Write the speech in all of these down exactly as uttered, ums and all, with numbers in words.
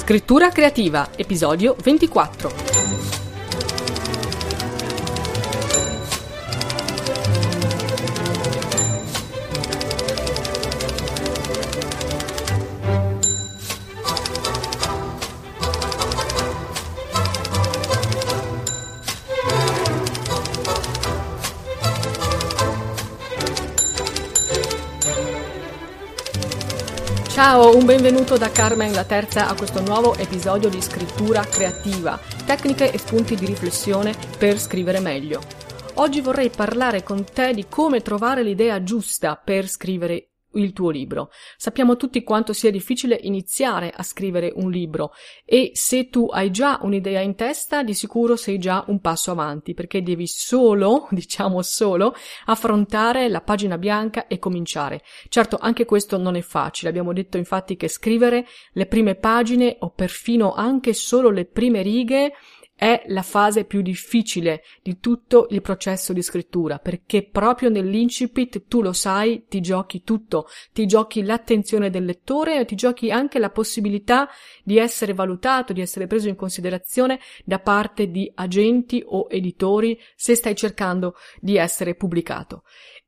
Scrittura creativa, episodio ventiquattro. Ciao, un benvenuto da Carmen la Terza a questo nuovo episodio di Scrittura Creativa, tecniche e spunti di riflessione per scrivere meglio. Oggi vorrei parlare con te di come trovare l'idea giusta per scrivere il tuo libro. Sappiamo tutti quanto sia difficile iniziare a scrivere un libro e se tu hai già un'idea in testa, di sicuro sei già un passo avanti, perché devi solo, diciamo solo, affrontare la pagina bianca e cominciare. Certo, anche questo non è facile. Abbiamo detto infatti che scrivere le prime pagine o perfino anche solo le prime righe è la fase più difficile di tutto il processo di scrittura, perché proprio nell'incipit, tu lo sai, ti giochi tutto, ti giochi l'attenzione del lettore e ti giochi anche la possibilità di essere valutato, di essere preso in considerazione da parte di agenti o editori se stai cercando di essere pubblicato.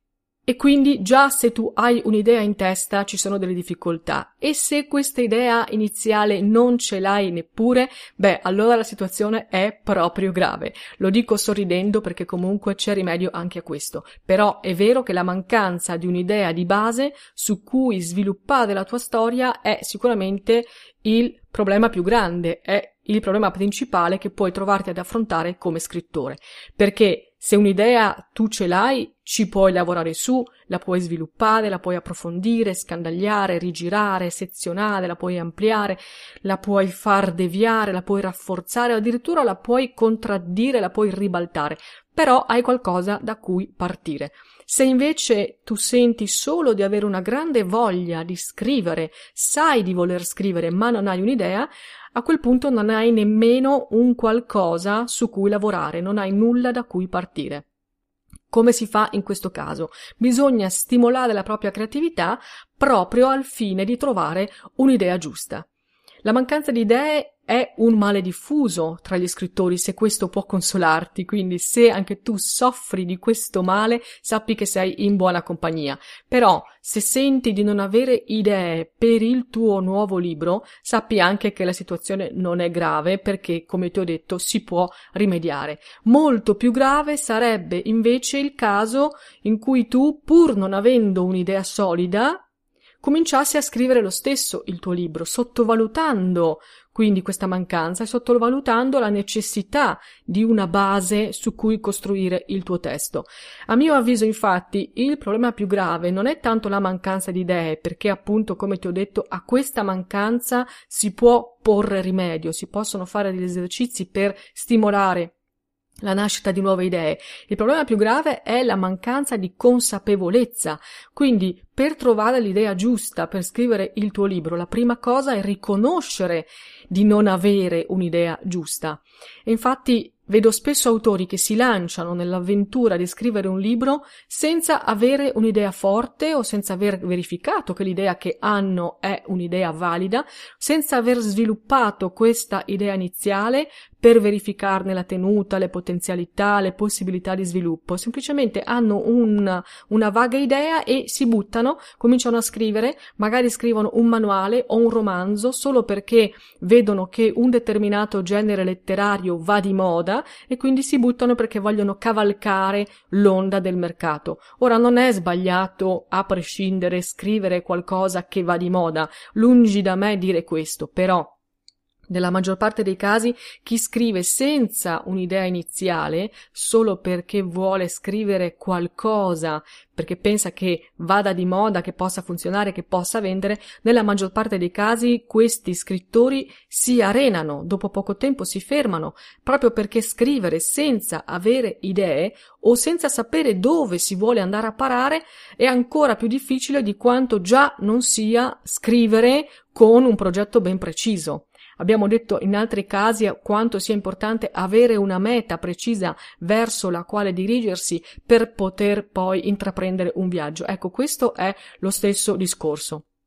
E quindi già se tu hai un'idea in testa ci sono delle difficoltà e se questa idea iniziale non ce l'hai neppure, beh, allora la situazione è proprio grave. Lo dico sorridendo perché comunque c'è rimedio anche a questo. Però è vero che la mancanza di un'idea di base su cui sviluppare la tua storia è sicuramente il problema più grande, è il problema principale che puoi trovarti ad affrontare come scrittore. Perché se un'idea tu ce l'hai, ci puoi lavorare su, la puoi sviluppare, la puoi approfondire, scandagliare, rigirare, sezionare, la puoi ampliare, la puoi far deviare, la puoi rafforzare, addirittura la puoi contraddire, la puoi ribaltare, però hai qualcosa da cui partire. Se invece tu senti solo di avere una grande voglia di scrivere, sai di voler scrivere ma non hai un'idea, a quel punto non hai nemmeno un qualcosa su cui lavorare, non hai nulla da cui partire. Come si fa in questo caso? Bisogna stimolare la propria creatività proprio al fine di trovare un'idea giusta. La mancanza di idee è un male diffuso tra gli scrittori, se questo può consolarti, quindi se anche tu soffri di questo male, sappi che sei in buona compagnia. Però, se senti di non avere idee per il tuo nuovo libro, sappi anche che la situazione non è grave, perché, come ti ho detto, si può rimediare. Molto più grave sarebbe invece il caso in cui tu, pur non avendo un'idea solida, cominciassi a scrivere lo stesso il tuo libro, sottovalutando quindi questa mancanza e sottovalutando la necessità di una base su cui costruire il tuo testo. A mio avviso, infatti, il problema più grave non è tanto la mancanza di idee, perché appunto, come ti ho detto, a questa mancanza si può porre rimedio, si possono fare degli esercizi per stimolare la nascita di nuove idee. Il problema più grave è la mancanza di consapevolezza. Quindi, per trovare l'idea giusta per scrivere il tuo libro, la prima cosa è riconoscere di non avere un'idea giusta. E infatti vedo spesso autori che si lanciano nell'avventura di scrivere un libro senza avere un'idea forte o senza aver verificato che l'idea che hanno è un'idea valida, senza aver sviluppato questa idea iniziale per verificarne la tenuta, le potenzialità, le possibilità di sviluppo. Semplicemente hanno un, una vaga idea e si buttano, cominciano a scrivere, magari scrivono un manuale o un romanzo solo perché vedono che un determinato genere letterario va di moda e quindi si buttano perché vogliono cavalcare l'onda del mercato. Ora, non è sbagliato a prescindere scrivere qualcosa che va di moda, lungi da me dire questo, però nella maggior parte dei casi chi scrive senza un'idea iniziale, solo perché vuole scrivere qualcosa, perché pensa che vada di moda, che possa funzionare, che possa vendere, nella maggior parte dei casi questi scrittori si arenano, dopo poco tempo si fermano, proprio perché scrivere senza avere idee o senza sapere dove si vuole andare a parare è ancora più difficile di quanto già non sia scrivere con un progetto ben preciso. Abbiamo detto in altri casi quanto sia importante avere una meta precisa verso la quale dirigersi per poter poi intraprendere un viaggio. Ecco, questo è lo stesso discorso.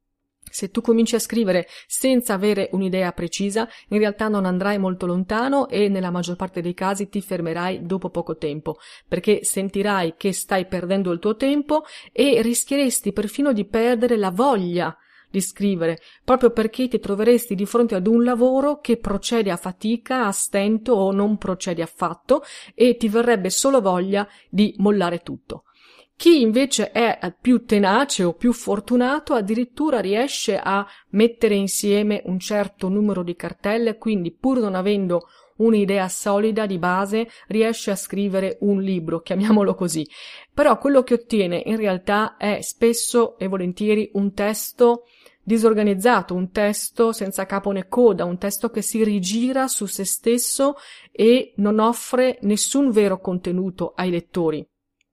Se tu cominci a scrivere senza avere un'idea precisa, in realtà non andrai molto lontano e nella maggior parte dei casi ti fermerai dopo poco tempo, perché sentirai che stai perdendo il tuo tempo e rischieresti perfino di perdere la voglia di scrivere, proprio perché ti troveresti di fronte ad un lavoro che procede a fatica, a stento o non procede affatto e ti verrebbe solo voglia di mollare tutto. Chi invece è più tenace o più fortunato addirittura riesce a mettere insieme un certo numero di cartelle, quindi pur non avendo un'idea solida di base riesce a scrivere un libro, chiamiamolo così. Però quello che ottiene in realtà è spesso e volentieri un testo disorganizzato, un testo senza capo né coda, un testo che si rigira su se stesso e non offre nessun vero contenuto ai lettori,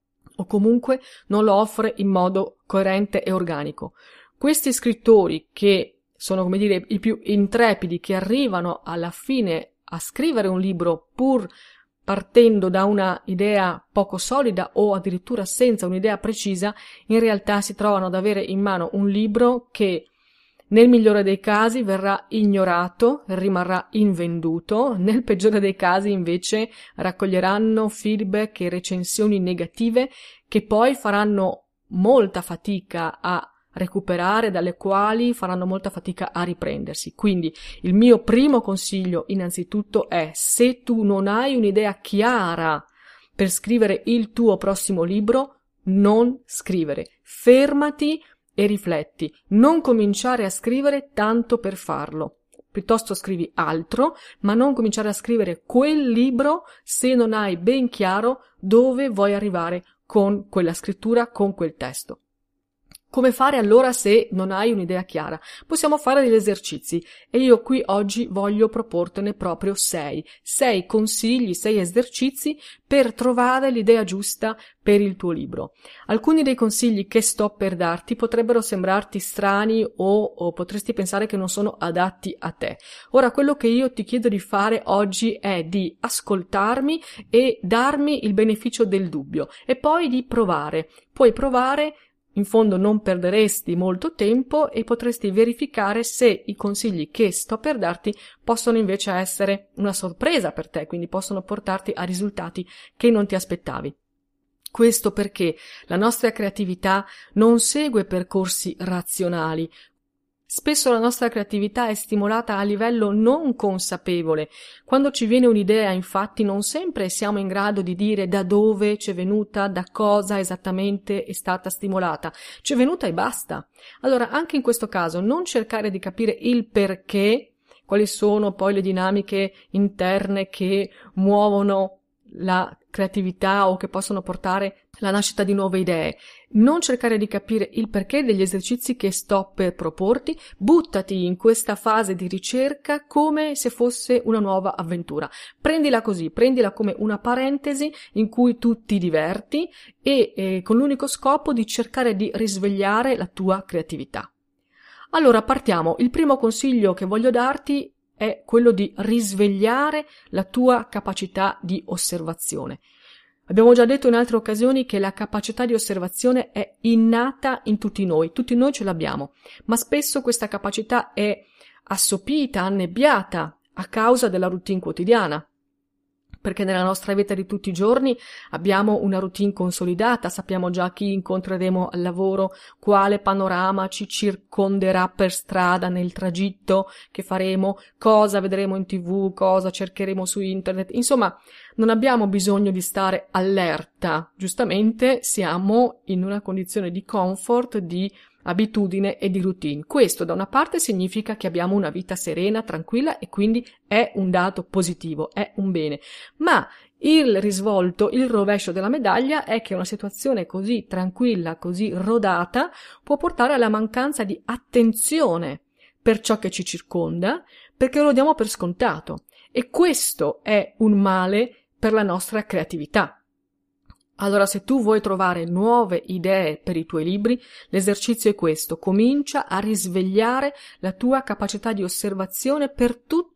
o comunque non lo offre in modo coerente e organico. Questi scrittori, che sono, come dire, i più intrepidi, che arrivano alla fine a scrivere un libro pur partendo da una idea poco solida o addirittura senza un'idea precisa, in realtà si trovano ad avere in mano un libro che nel migliore dei casi verrà ignorato, rimarrà invenduto, nel peggiore dei casi invece raccoglieranno feedback e recensioni negative che poi faranno molta fatica a recuperare, dalle quali faranno molta fatica a riprendersi. Quindi il mio primo consiglio innanzitutto è: se tu non hai un'idea chiara per scrivere il tuo prossimo libro, non scrivere, fermati e rifletti, non cominciare a scrivere tanto per farlo. Piuttosto scrivi altro, ma non cominciare a scrivere quel libro se non hai ben chiaro dove vuoi arrivare con quella scrittura, con quel testo. Come fare allora se non hai un'idea chiara? Possiamo fare degli esercizi e io qui oggi voglio proportene proprio sei. Sei consigli, sei esercizi per trovare l'idea giusta per il tuo libro. Alcuni dei consigli che sto per darti potrebbero sembrarti strani o, o potresti pensare che non sono adatti a te. Ora, quello che io ti chiedo di fare oggi è di ascoltarmi e darmi il beneficio del dubbio e poi di provare. Puoi provare. In fondo non perderesti molto tempo e potresti verificare se i consigli che sto per darti possono invece essere una sorpresa per te, quindi possono portarti a risultati che non ti aspettavi. Questo perché la nostra creatività non segue percorsi razionali. Spesso la nostra creatività è stimolata a livello non consapevole. Quando ci viene un'idea, infatti, non sempre siamo in grado di dire da dove ci è venuta, da cosa esattamente è stata stimolata. Ci è venuta e basta. Allora, anche in questo caso, non cercare di capire il perché, quali sono poi le dinamiche interne che muovono la creatività o che possono portare la nascita di nuove idee. Non cercare di capire il perché degli esercizi che sto per proporti, buttati in questa fase di ricerca come se fosse una nuova avventura. Prendila così, prendila come una parentesi in cui tu ti diverti e eh, con l'unico scopo di cercare di risvegliare la tua creatività. Allora partiamo. Il primo consiglio che voglio darti è quello di risvegliare la tua capacità di osservazione. Abbiamo già detto in altre occasioni che la capacità di osservazione è innata in tutti noi, tutti noi ce l'abbiamo, ma spesso questa capacità è assopita, annebbiata a causa della routine quotidiana. Perché nella nostra vita di tutti i giorni abbiamo una routine consolidata, sappiamo già chi incontreremo al lavoro, quale panorama ci circonderà per strada nel tragitto che faremo, cosa vedremo in tv, cosa cercheremo su internet. Insomma, non abbiamo bisogno di stare allerta, giustamente siamo in una condizione di comfort, di abitudine e di routine. Questo da una parte significa che abbiamo una vita serena, tranquilla e quindi è un dato positivo, è un bene. Ma il risvolto, il rovescio della medaglia è che una situazione così tranquilla, così rodata, può portare alla mancanza di attenzione per ciò che ci circonda, perché lo diamo per scontato. E questo è un male per la nostra creatività. Allora, se tu vuoi trovare nuove idee per i tuoi libri, l'esercizio è questo: comincia a risvegliare la tua capacità di osservazione per tutto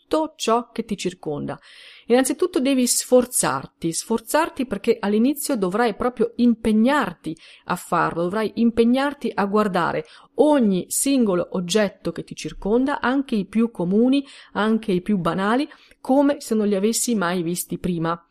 tutto ciò che ti circonda. Innanzitutto devi sforzarti, sforzarti perché all'inizio dovrai proprio impegnarti a farlo, dovrai impegnarti a guardare ogni singolo oggetto che ti circonda, anche i più comuni, anche i più banali, come se non li avessi mai visti prima.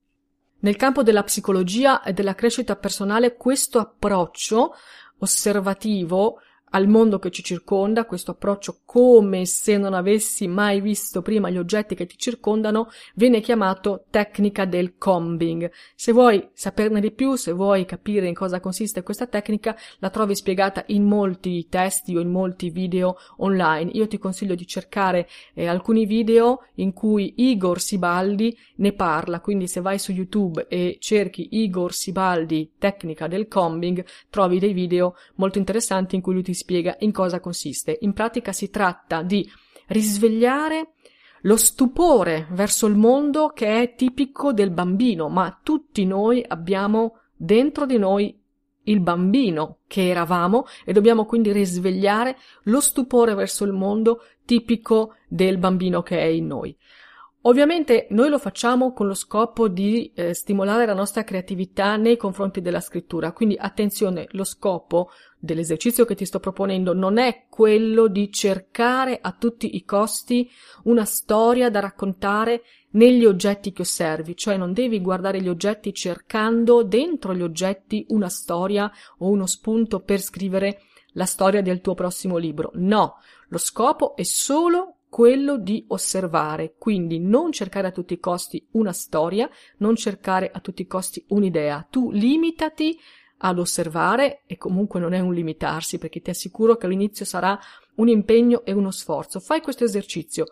Nel campo della psicologia e della crescita personale questo approccio osservativo al mondo che ci circonda, questo approccio come se non avessi mai visto prima gli oggetti che ti circondano, viene chiamato tecnica del combing. Se vuoi saperne di più, se vuoi capire in cosa consiste questa tecnica, la trovi spiegata in molti testi o in molti video online. Io ti consiglio di cercare eh, alcuni video in cui Igor Sibaldi ne parla, quindi se vai su YouTube e cerchi Igor Sibaldi tecnica del combing, trovi dei video molto interessanti in cui lui ti spiega in cosa consiste. In pratica si tratta di risvegliare lo stupore verso il mondo che è tipico del bambino, ma tutti noi abbiamo dentro di noi il bambino che eravamo e dobbiamo quindi risvegliare lo stupore verso il mondo tipico del bambino che è in noi. Ovviamente noi lo facciamo con lo scopo di eh, stimolare la nostra creatività nei confronti della scrittura, quindi attenzione, lo scopo dell'esercizio che ti sto proponendo non è quello di cercare a tutti i costi una storia da raccontare negli oggetti che osservi, cioè non devi guardare gli oggetti cercando dentro gli oggetti una storia o uno spunto per scrivere la storia del tuo prossimo libro. No, lo scopo è solo quello di osservare, quindi non cercare a tutti i costi una storia, non cercare a tutti i costi un'idea. Tu limitati ad osservare, e comunque non è un limitarsi, perché ti assicuro che all'inizio sarà un impegno e uno sforzo. Fai questo esercizio,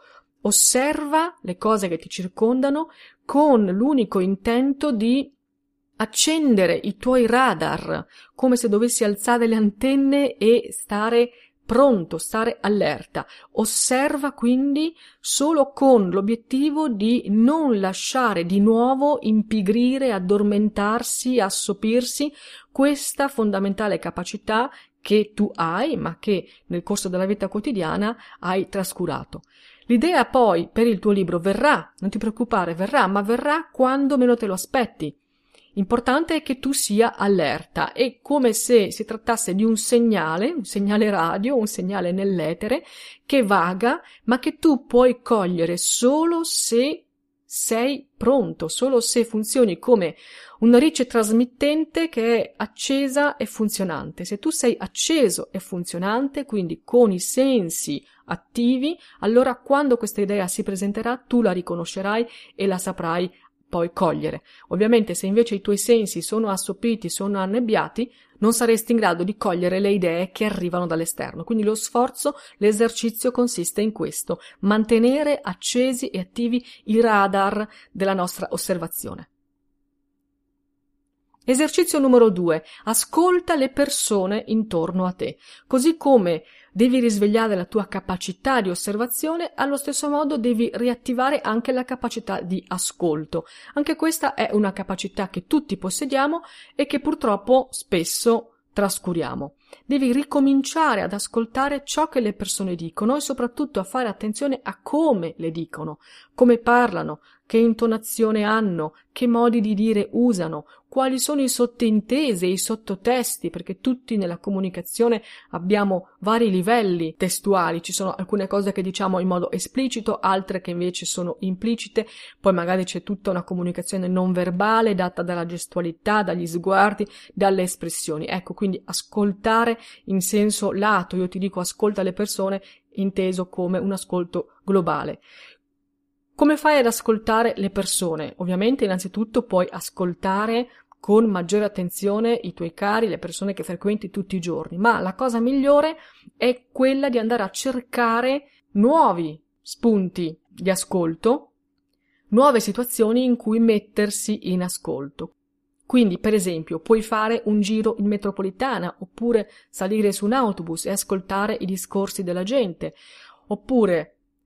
osserva le cose che ti circondano con l'unico intento di accendere i tuoi radar, come se dovessi alzare le antenne e stare pronto, stare allerta. Osserva quindi solo con l'obiettivo di non lasciare di nuovo impigrire, addormentarsi, assopirsi questa fondamentale capacità che tu hai, ma che nel corso della vita quotidiana hai trascurato. L'idea poi per il tuo libro verrà, non ti preoccupare, verrà, ma verrà quando meno te lo aspetti. Importante è che tu sia allerta, è come se si trattasse di un segnale, un segnale radio, un segnale nell'etere che vaga, ma che tu puoi cogliere solo se sei pronto, solo se funzioni come una ricce trasmittente che è accesa e funzionante. Se tu sei acceso e funzionante, quindi con i sensi attivi, allora quando questa idea si presenterà tu la riconoscerai e la saprai poi cogliere. Ovviamente se invece i tuoi sensi sono assopiti, sono annebbiati, non saresti in grado di cogliere le idee che arrivano dall'esterno. Quindi lo sforzo, l'esercizio consiste in questo, mantenere accesi e attivi i radar della nostra osservazione. Esercizio numero due. Ascolta le persone intorno a te. Così come devi risvegliare la tua capacità di osservazione, allo stesso modo devi riattivare anche la capacità di ascolto. Anche questa è una capacità che tutti possediamo e che purtroppo spesso trascuriamo. Devi ricominciare ad ascoltare ciò che le persone dicono e soprattutto a fare attenzione a come le dicono, come parlano, che intonazione hanno, che modi di dire usano, quali sono i sottintesi e i sottotesti, perché tutti nella comunicazione abbiamo vari livelli testuali, ci sono alcune cose che diciamo in modo esplicito, altre che invece sono implicite, poi magari c'è tutta una comunicazione non verbale data dalla gestualità, dagli sguardi, dalle espressioni. Ecco, quindi ascoltare in senso lato, io ti dico ascolta le persone inteso come un ascolto globale. Come fai ad ascoltare le persone? Ovviamente innanzitutto puoi ascoltare con maggiore attenzione i tuoi cari, le persone che frequenti tutti i giorni, ma la cosa migliore è quella di andare a cercare nuovi spunti di ascolto, nuove situazioni in cui mettersi in ascolto. Quindi, per esempio, puoi fare un giro in metropolitana, oppure salire su un autobus e ascoltare i discorsi della gente, oppure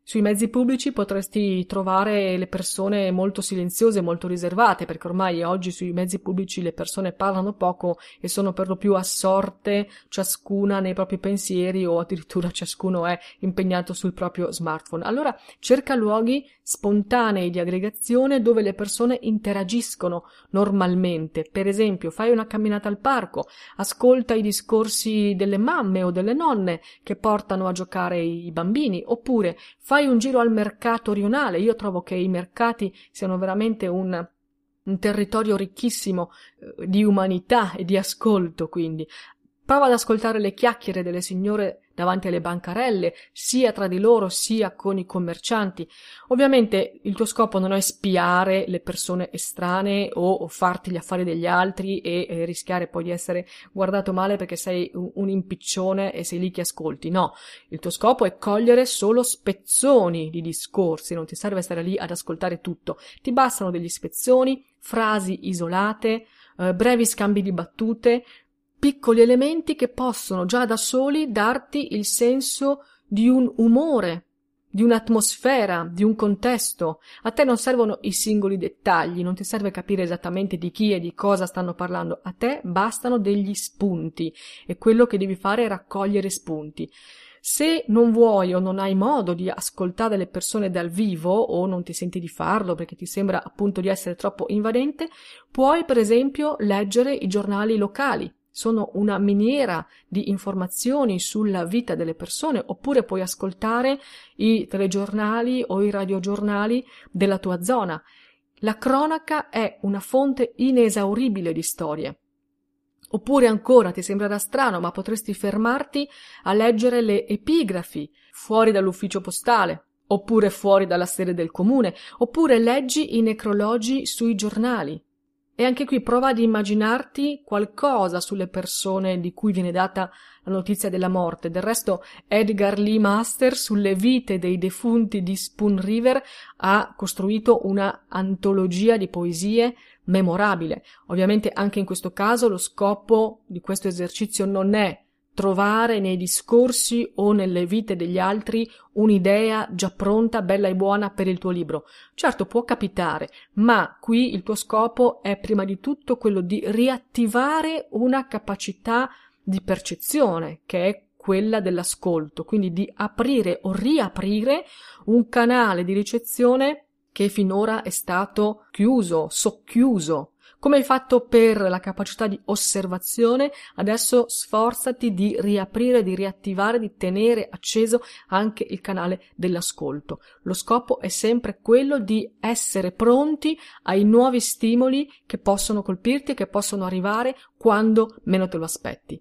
Sui mezzi pubblici potresti trovare le persone molto silenziose, molto riservate, perché ormai oggi sui mezzi pubblici le persone parlano poco e sono per lo più assorte, ciascuna nei propri pensieri, o addirittura ciascuno è impegnato sul proprio smartphone. Allora cerca luoghi spontanei di aggregazione dove le persone interagiscono normalmente. Per esempio, fai una camminata al parco, ascolta i discorsi delle mamme o delle nonne che portano a giocare i bambini, oppure fai un giro al mercato rionale. Io trovo che i mercati siano veramente un, un territorio ricchissimo eh, di umanità e di ascolto, quindi prova ad ascoltare le chiacchiere delle signore davanti alle bancarelle, sia tra di loro sia con i commercianti. Ovviamente il tuo scopo non è spiare le persone estranee o, o farti gli affari degli altri e, e rischiare poi di essere guardato male perché sei un, un impiccione e sei lì che ascolti. No, il tuo scopo è cogliere solo spezzoni di discorsi, non ti serve stare lì ad ascoltare tutto. Ti bastano degli spezzoni, frasi isolate, eh, brevi scambi di battute, piccoli elementi che possono già da soli darti il senso di un umore, di un'atmosfera, di un contesto. A te non servono i singoli dettagli, non ti serve capire esattamente di chi e di cosa stanno parlando, a te bastano degli spunti e quello che devi fare è raccogliere spunti. Se non vuoi o non hai modo di ascoltare le persone dal vivo o non ti senti di farlo perché ti sembra appunto di essere troppo invadente, puoi per esempio leggere i giornali locali. Sono una miniera di informazioni sulla vita delle persone, oppure puoi ascoltare i telegiornali o i radiogiornali della tua zona. La cronaca è una fonte inesauribile di storie. Oppure ancora, ti sembrerà strano, ma potresti fermarti a leggere le epigrafi fuori dall'ufficio postale, oppure fuori dalla sede del comune, oppure leggi i necrologi sui giornali. E anche qui prova ad immaginarti qualcosa sulle persone di cui viene data la notizia della morte. Del resto Edgar Lee Master sulle vite dei defunti di Spoon River ha costruito una antologia di poesie memorabile. Ovviamente anche in questo caso lo scopo di questo esercizio non è trovare nei discorsi o nelle vite degli altri un'idea già pronta, bella e buona per il tuo libro. Certo, può capitare, ma qui il tuo scopo è prima di tutto quello di riattivare una capacità di percezione, che è quella dell'ascolto, quindi di aprire o riaprire un canale di ricezione che finora è stato chiuso, socchiuso. Come hai fatto per la capacità di osservazione, adesso sforzati di riaprire, di riattivare, di tenere acceso anche il canale dell'ascolto. Lo scopo è sempre quello di essere pronti ai nuovi stimoli che possono colpirti e che possono arrivare quando meno te lo aspetti.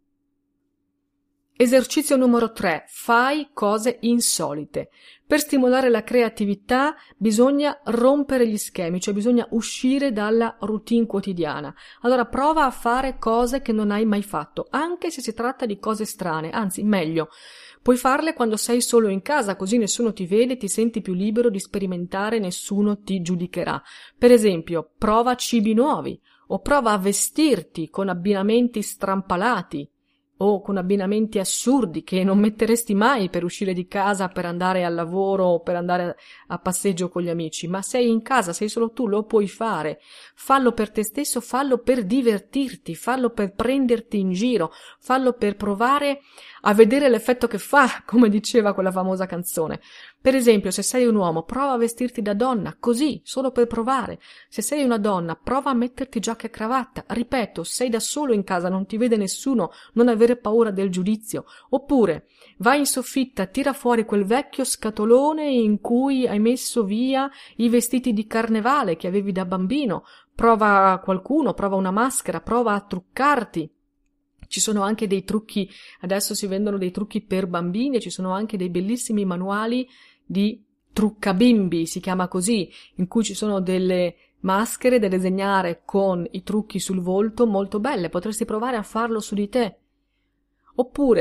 Esercizio numero tre. Fai cose insolite. Per stimolare la creatività bisogna rompere gli schemi, cioè bisogna uscire dalla routine quotidiana. Allora prova a fare cose che non hai mai fatto, anche se si tratta di cose strane, anzi meglio. Puoi farle quando sei solo in casa, così nessuno ti vede, ti senti più libero di sperimentare, nessuno ti giudicherà. Per esempio, prova cibi nuovi o prova a vestirti con abbinamenti strampalati o con abbinamenti assurdi che non metteresti mai per uscire di casa, per andare al lavoro o per andare a passeggio con gli amici, ma sei in casa, sei solo tu, lo puoi fare. Fallo per te stesso, fallo per divertirti, fallo per prenderti in giro, fallo per provare a vedere l'effetto che fa, come diceva quella famosa canzone. Per esempio, se sei un uomo, prova a vestirti da donna, così, solo per provare. Se sei una donna, prova a metterti giacca e cravatta. Ripeto, sei da solo in casa, non ti vede nessuno, non avere paura del giudizio. Oppure, vai in soffitta, tira fuori quel vecchio scatolone in cui hai messo via i vestiti di carnevale che avevi da bambino. Prova qualcuno, prova una maschera, prova a truccarti. Ci sono anche dei trucchi, adesso si vendono dei trucchi per bambini e ci sono anche dei bellissimi manuali di truccabimbi, si chiama così, in cui ci sono delle maschere da disegnare con i trucchi sul volto molto belle, potresti provare a farlo su di te. Oppure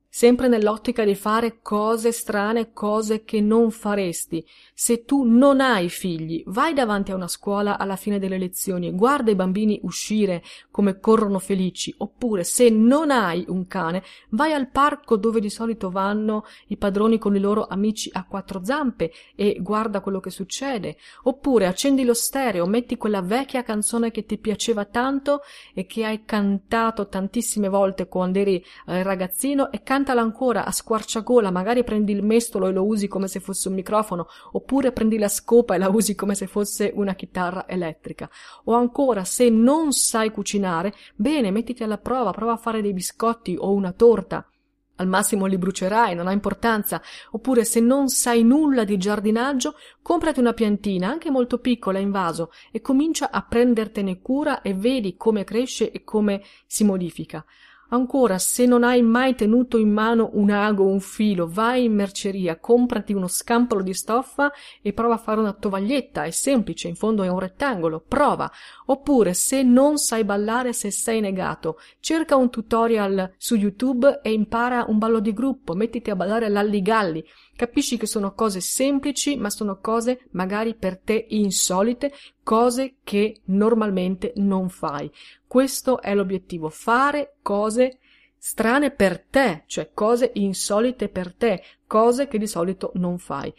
sempre nell'ottica di fare cose strane, cose che non faresti. Se tu non hai figli, vai davanti a una scuola alla fine delle lezioni e guarda i bambini uscire come corrono felici, oppure se non hai un cane, vai al parco dove di solito vanno i padroni con i loro amici a quattro zampe e guarda quello che succede, oppure accendi lo stereo, metti quella vecchia canzone che ti piaceva tanto e che hai cantato tantissime volte quando eri eh, ragazzino e cantala ancora a squarciagola, magari prendi il mestolo e lo usi come se fosse un microfono, oppure prendi la scopa e la usi come se fosse una chitarra elettrica. O ancora, se non sai cucinare, bene, mettiti alla prova, prova a fare dei biscotti o una torta. Al massimo li brucerai, non ha importanza. Oppure, se non sai nulla di giardinaggio, comprati una piantina, anche molto piccola, in vaso, e comincia a prendertene cura e vedi come cresce e come si modifica. Ancora, se non hai mai tenuto in mano un ago o un filo, vai in merceria, comprati uno scampolo di stoffa e prova a fare una tovaglietta, è semplice, in fondo è un rettangolo, prova. Oppure, se non sai ballare, se sei negato, cerca un tutorial su YouTube e impara un ballo di gruppo, mettiti a ballare l'alligalli. Capisci che sono cose semplici, ma sono cose magari per te insolite, cose che normalmente non fai. Questo è l'obiettivo, fare cose strane per te, cioè cose insolite per te, cose che di solito non fai.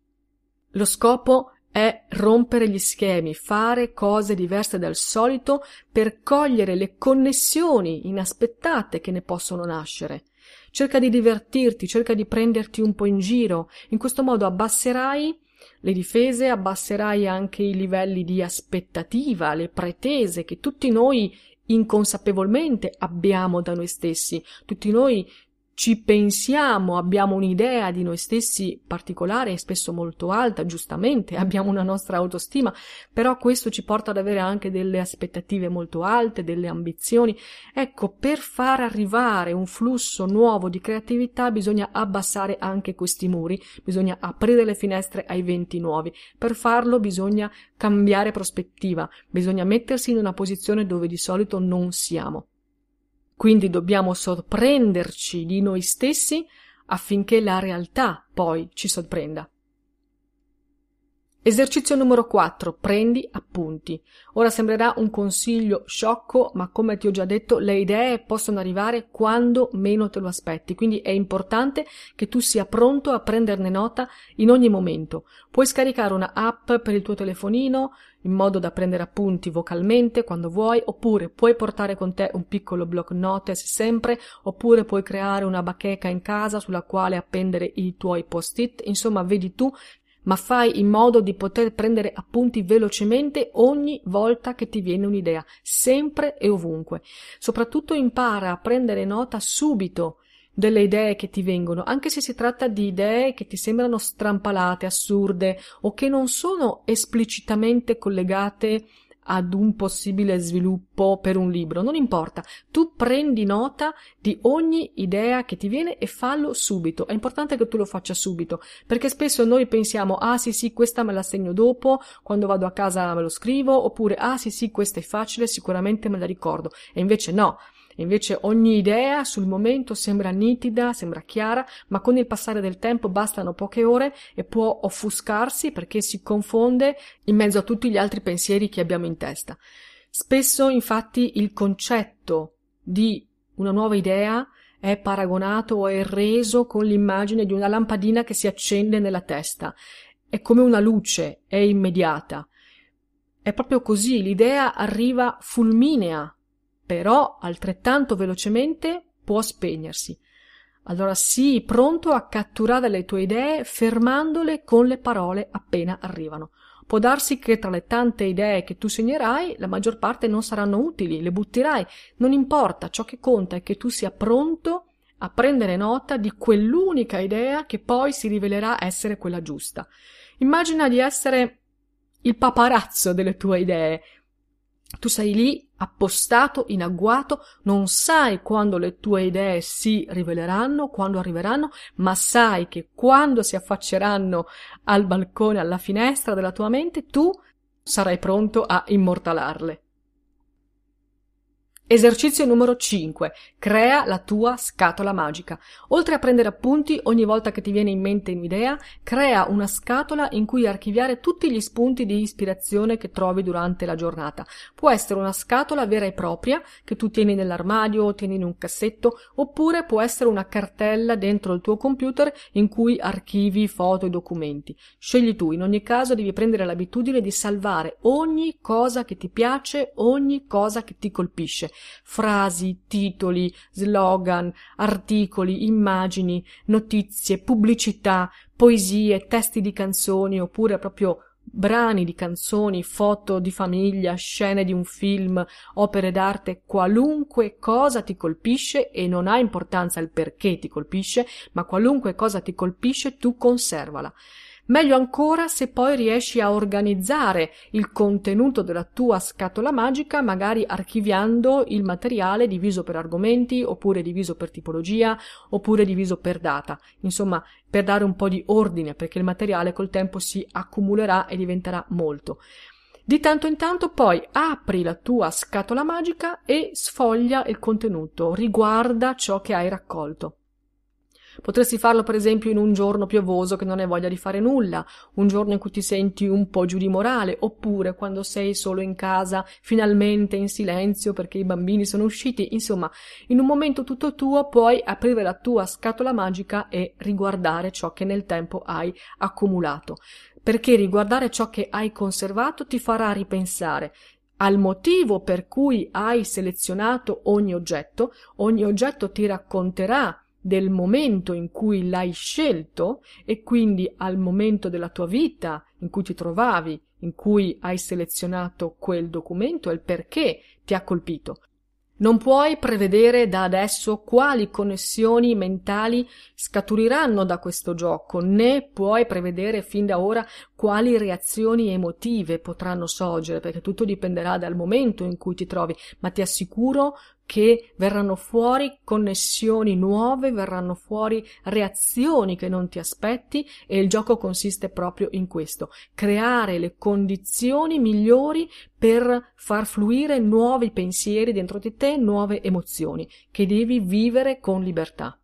Lo scopo è rompere gli schemi, fare cose diverse dal solito per cogliere le connessioni inaspettate che ne possono nascere. Cerca di divertirti, cerca di prenderti un po' in giro, in questo modo abbasserai le difese, abbasserai anche i livelli di aspettativa, le pretese che tutti noi inconsapevolmente abbiamo da noi stessi. Tutti noi ci pensiamo, abbiamo un'idea di noi stessi particolare e spesso molto alta, giustamente, abbiamo una nostra autostima, però questo ci porta ad avere anche delle aspettative molto alte, delle ambizioni. Ecco, per far arrivare un flusso nuovo di creatività bisogna abbassare anche questi muri, bisogna aprire le finestre ai venti nuovi. Per farlo bisogna cambiare prospettiva, bisogna mettersi in una posizione dove di solito non siamo. Quindi dobbiamo sorprenderci di noi stessi affinché la realtà poi ci sorprenda. Esercizio numero quattro. Prendi appunti. Ora sembrerà un consiglio sciocco, ma come ti ho già detto, le idee possono arrivare quando meno te lo aspetti, quindi è importante che tu sia pronto a prenderne nota in ogni momento. Puoi scaricare una app per il tuo telefonino in modo da prendere appunti vocalmente quando vuoi, oppure puoi portare con te un piccolo block notes sempre, oppure puoi creare una bacheca in casa sulla quale appendere i tuoi post-it. Insomma, vedi tu, ma fai in modo di poter prendere appunti velocemente ogni volta che ti viene un'idea, sempre e ovunque. Soprattutto impara a prendere nota subito delle idee che ti vengono, anche se si tratta di idee che ti sembrano strampalate, assurde o che non sono esplicitamente collegate ad un possibile sviluppo per un libro, non importa, tu prendi nota di ogni idea che ti viene e fallo subito. È importante che tu lo faccia subito, perché spesso noi pensiamo ah sì sì questa me la segno dopo, quando vado a casa me lo scrivo, oppure ah sì sì questa è facile, sicuramente me la ricordo, e invece no. Invece ogni idea sul momento sembra nitida, sembra chiara, ma con il passare del tempo bastano poche ore e può offuscarsi perché si confonde in mezzo a tutti gli altri pensieri che abbiamo in testa. Spesso, infatti, il concetto di una nuova idea è paragonato o è reso con l'immagine di una lampadina che si accende nella testa. È come una luce, è immediata. È proprio così, l'idea arriva fulminea, però altrettanto velocemente può spegnersi. Allora sii pronto a catturare le tue idee fermandole con le parole appena arrivano. Può darsi che tra le tante idee che tu segnerai la maggior parte non saranno utili, le butterai, non importa, ciò che conta è che tu sia pronto a prendere nota di quell'unica idea che poi si rivelerà essere quella giusta. Immagina di essere il paparazzo delle tue idee. Tu sei lì, appostato, in agguato, non sai quando le tue idee si riveleranno, quando arriveranno, ma sai che quando si affacceranno al balcone, alla finestra della tua mente, tu sarai pronto a immortalarle. Esercizio numero cinque. Crea la tua scatola magica. Oltre a prendere appunti, ogni volta che ti viene in mente un'idea, crea una scatola in cui archiviare tutti gli spunti di ispirazione che trovi durante la giornata. Può essere una scatola vera e propria che tu tieni nell'armadio o tieni in un cassetto, oppure può essere una cartella dentro il tuo computer in cui archivi foto e documenti. Scegli tu, in ogni caso devi prendere l'abitudine di salvare ogni cosa che ti piace, ogni cosa che ti colpisce. Frasi, titoli, slogan, articoli, immagini, notizie, pubblicità, poesie, testi di canzoni oppure proprio brani di canzoni, foto di famiglia, scene di un film, opere d'arte, qualunque cosa ti colpisce, e non ha importanza il perché ti colpisce, ma qualunque cosa ti colpisce tu conservala. Meglio ancora se poi riesci a organizzare il contenuto della tua scatola magica, magari archiviando il materiale diviso per argomenti, oppure diviso per tipologia, oppure diviso per data. Insomma, per dare un po' di ordine, perché il materiale col tempo si accumulerà e diventerà molto. Di tanto in tanto poi apri la tua scatola magica e sfoglia il contenuto, riguarda ciò che hai raccolto. Potresti farlo per esempio in un giorno piovoso che non hai voglia di fare nulla, un giorno in cui ti senti un po' giù di morale, oppure quando sei solo in casa, finalmente in silenzio perché i bambini sono usciti. Insomma, in un momento tutto tuo puoi aprire la tua scatola magica e riguardare ciò che nel tempo hai accumulato, perché riguardare ciò che hai conservato ti farà ripensare al motivo per cui hai selezionato ogni oggetto. Ogni oggetto ti racconterà del momento in cui l'hai scelto e quindi al momento della tua vita in cui ti trovavi, in cui hai selezionato quel documento e il perché ti ha colpito. Non puoi prevedere da adesso quali connessioni mentali scaturiranno da questo gioco, né puoi prevedere fin da ora quali reazioni emotive potranno sorgere, perché tutto dipenderà dal momento in cui ti trovi, ma ti assicuro che verranno fuori connessioni nuove, verranno fuori reazioni che non ti aspetti, e il gioco consiste proprio in questo: creare le condizioni migliori per far fluire nuovi pensieri dentro di te, nuove emozioni che devi vivere con libertà.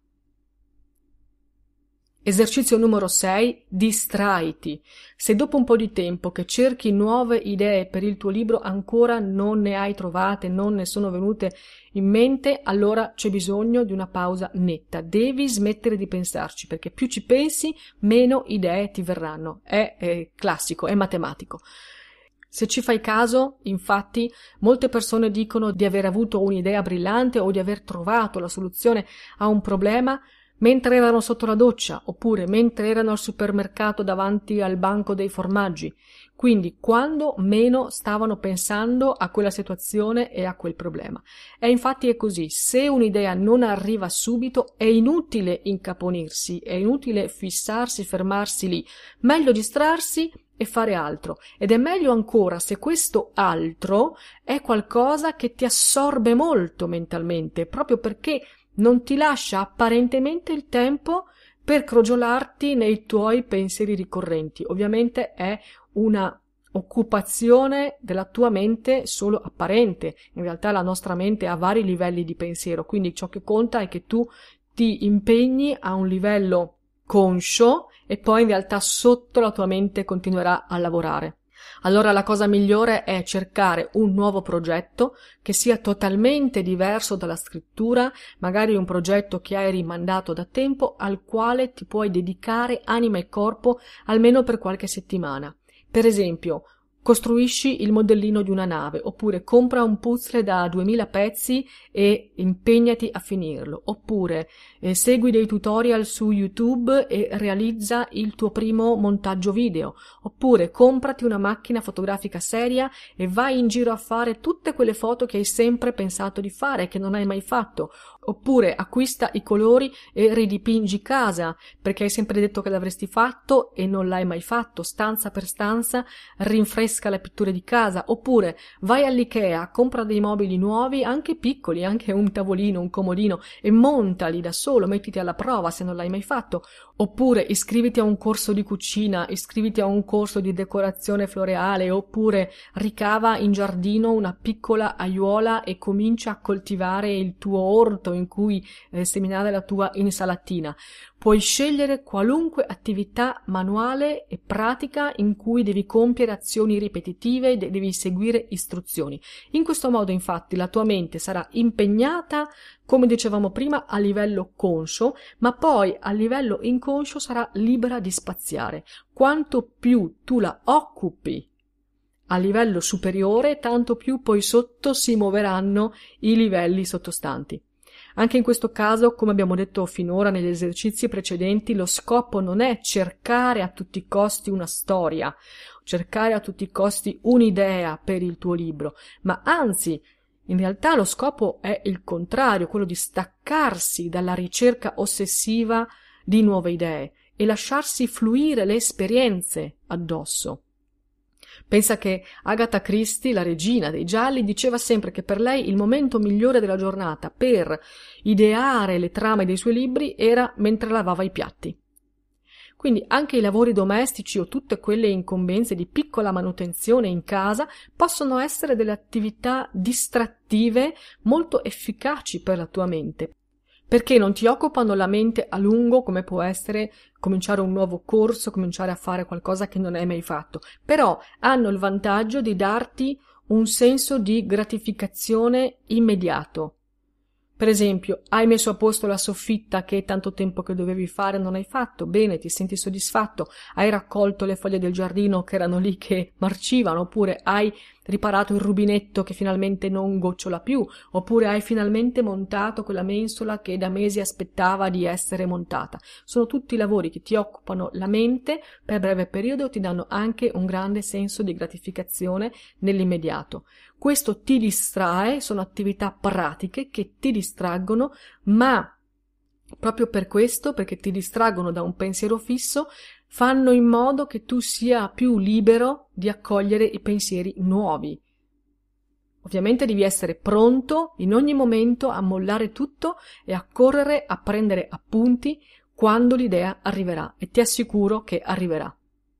Esercizio numero sei. Distraiti. Se dopo un po' di tempo che cerchi nuove idee per il tuo libro ancora non ne hai trovate, non ne sono venute in mente, allora c'è bisogno di una pausa netta. Devi smettere di pensarci, perché più ci pensi, meno idee ti verranno. È, è classico, è matematico. Se ci fai caso, infatti, molte persone dicono di aver avuto un'idea brillante o di aver trovato la soluzione a un problema mentre erano sotto la doccia, oppure mentre erano al supermercato davanti al banco dei formaggi, quindi quando meno stavano pensando a quella situazione e a quel problema. E infatti è così: se un'idea non arriva subito è inutile incaponirsi, è inutile fissarsi, fermarsi lì, meglio distrarsi e fare altro. Ed è meglio ancora se questo altro è qualcosa che ti assorbe molto mentalmente, proprio perché non ti lascia apparentemente il tempo per crogiolarti nei tuoi pensieri ricorrenti. Ovviamente è una occupazione della tua mente solo apparente. In realtà la nostra mente ha vari livelli di pensiero, quindi ciò che conta è che tu ti impegni a un livello conscio e poi in realtà sotto la tua mente continuerà a lavorare. Allora la cosa migliore è cercare un nuovo progetto che sia totalmente diverso dalla scrittura, magari un progetto che hai rimandato da tempo, al quale ti puoi dedicare anima e corpo almeno per qualche settimana. Per esempio, costruisci il modellino di una nave, oppure compra un puzzle da duemila pezzi e impegnati a finirlo, oppure eh, segui dei tutorial su YouTube e realizza il tuo primo montaggio video, oppure comprati una macchina fotografica seria e vai in giro a fare tutte quelle foto che hai sempre pensato di fare e che non hai mai fatto, Oppure acquista i colori e ridipingi casa, perché hai sempre detto che l'avresti fatto e non l'hai mai fatto, stanza per stanza, rinfresca le pitture di casa. Oppure vai all'Ikea, compra dei mobili nuovi, anche piccoli, anche un tavolino, un comodino, e montali da solo, mettiti alla prova se non l'hai mai fatto. Oppure iscriviti a un corso di cucina, iscriviti a un corso di decorazione floreale, oppure ricava in giardino una piccola aiuola e comincia a coltivare il tuo orto in cui eh, seminare la tua insalatina. Puoi scegliere qualunque attività manuale e pratica in cui devi compiere azioni ripetitive, de- devi seguire istruzioni. In questo modo, infatti, la tua mente sarà impegnata, come dicevamo prima, a livello conscio, ma poi a livello inconscio sarà libera di spaziare. Quanto più tu la occupi a livello superiore, tanto più poi sotto si muoveranno i livelli sottostanti. Anche in questo caso, come abbiamo detto finora negli esercizi precedenti, lo scopo non è cercare a tutti i costi una storia, cercare a tutti i costi un'idea per il tuo libro, ma anzi, in realtà lo scopo è il contrario, quello di staccarsi dalla ricerca ossessiva di nuove idee e lasciarsi fluire le esperienze addosso. Pensa che Agatha Christie, la regina dei gialli, diceva sempre che per lei il momento migliore della giornata per ideare le trame dei suoi libri era mentre lavava i piatti. Quindi anche i lavori domestici o tutte quelle incombenze di piccola manutenzione in casa possono essere delle attività distrattive molto efficaci per la tua mente, perché non ti occupano la mente a lungo, come può essere cominciare un nuovo corso, cominciare a fare qualcosa che non hai mai fatto, però hanno il vantaggio di darti un senso di gratificazione immediato. Per esempio, hai messo a posto la soffitta che tanto tempo che dovevi fare non hai fatto, bene, ti senti soddisfatto, hai raccolto le foglie del giardino che erano lì che marcivano, oppure hai riparato il rubinetto che finalmente non gocciola più, oppure hai finalmente montato quella mensola che da mesi aspettava di essere montata. Sono tutti lavori che ti occupano la mente per breve periodo e ti danno anche un grande senso di gratificazione nell'immediato. Questo ti distrae, sono attività pratiche che ti distraggono, ma proprio per questo, perché ti distraggono da un pensiero fisso, fanno in modo che tu sia più libero di accogliere i pensieri nuovi. Ovviamente devi essere pronto in ogni momento a mollare tutto e a correre a prendere appunti quando l'idea arriverà, e ti assicuro che arriverà.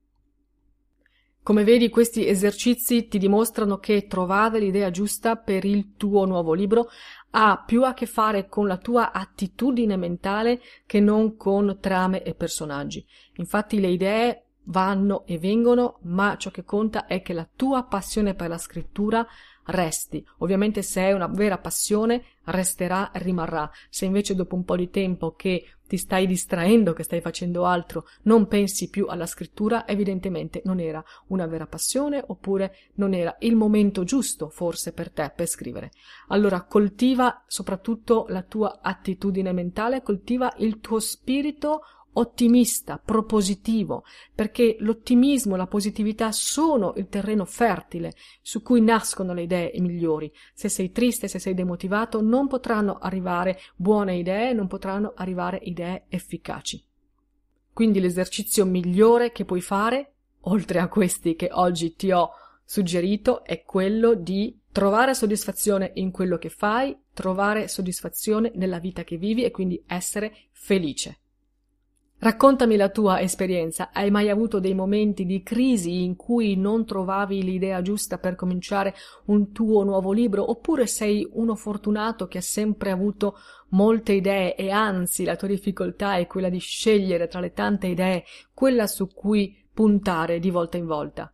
Come vedi, questi esercizi ti dimostrano che trovare l'idea giusta per il tuo nuovo libro ha più a che fare con la tua attitudine mentale che non con trame e personaggi. Infatti le idee vanno e vengono, ma ciò che conta è che la tua passione per la scrittura resti. Ovviamente se è una vera passione resterà e rimarrà. Se invece dopo un po' di tempo che ti stai distraendo, che stai facendo altro, non pensi più alla scrittura, evidentemente non era una vera passione, oppure non era il momento giusto forse per te per scrivere. Allora coltiva soprattutto la tua attitudine mentale, coltiva il tuo spirito ottimista, propositivo, perché l'ottimismo e la positività sono il terreno fertile su cui nascono le idee migliori. Se sei triste, se sei demotivato, non potranno arrivare buone idee, non potranno arrivare idee efficaci. Quindi l'esercizio migliore che puoi fare, oltre a questi che oggi ti ho suggerito, è quello di trovare soddisfazione in quello che fai, trovare soddisfazione nella vita che vivi e quindi essere felice. Raccontami la tua esperienza. Hai mai avuto dei momenti di crisi in cui non trovavi l'idea giusta per cominciare un tuo nuovo libro? Oppure sei uno fortunato che ha sempre avuto molte idee e anzi la tua difficoltà è quella di scegliere tra le tante idee quella su cui puntare di volta in volta?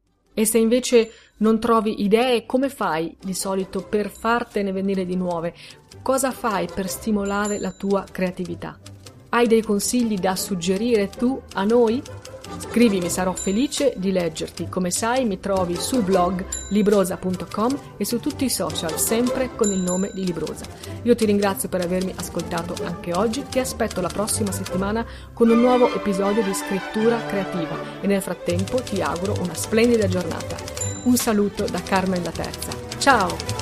E se invece non trovi idee, come fai di solito per fartene venire di nuove? Cosa fai per stimolare la tua creatività? Hai dei consigli da suggerire tu a noi? Scrivimi, sarò felice di leggerti. Come sai, mi trovi sul blog librosa punto com e su tutti i social, sempre con il nome di Librosa. Io ti ringrazio per avermi ascoltato anche oggi, ti aspetto la prossima settimana con un nuovo episodio di Scrittura Creativa e nel frattempo ti auguro una splendida giornata. Un saluto da Carmen la Terza. Ciao!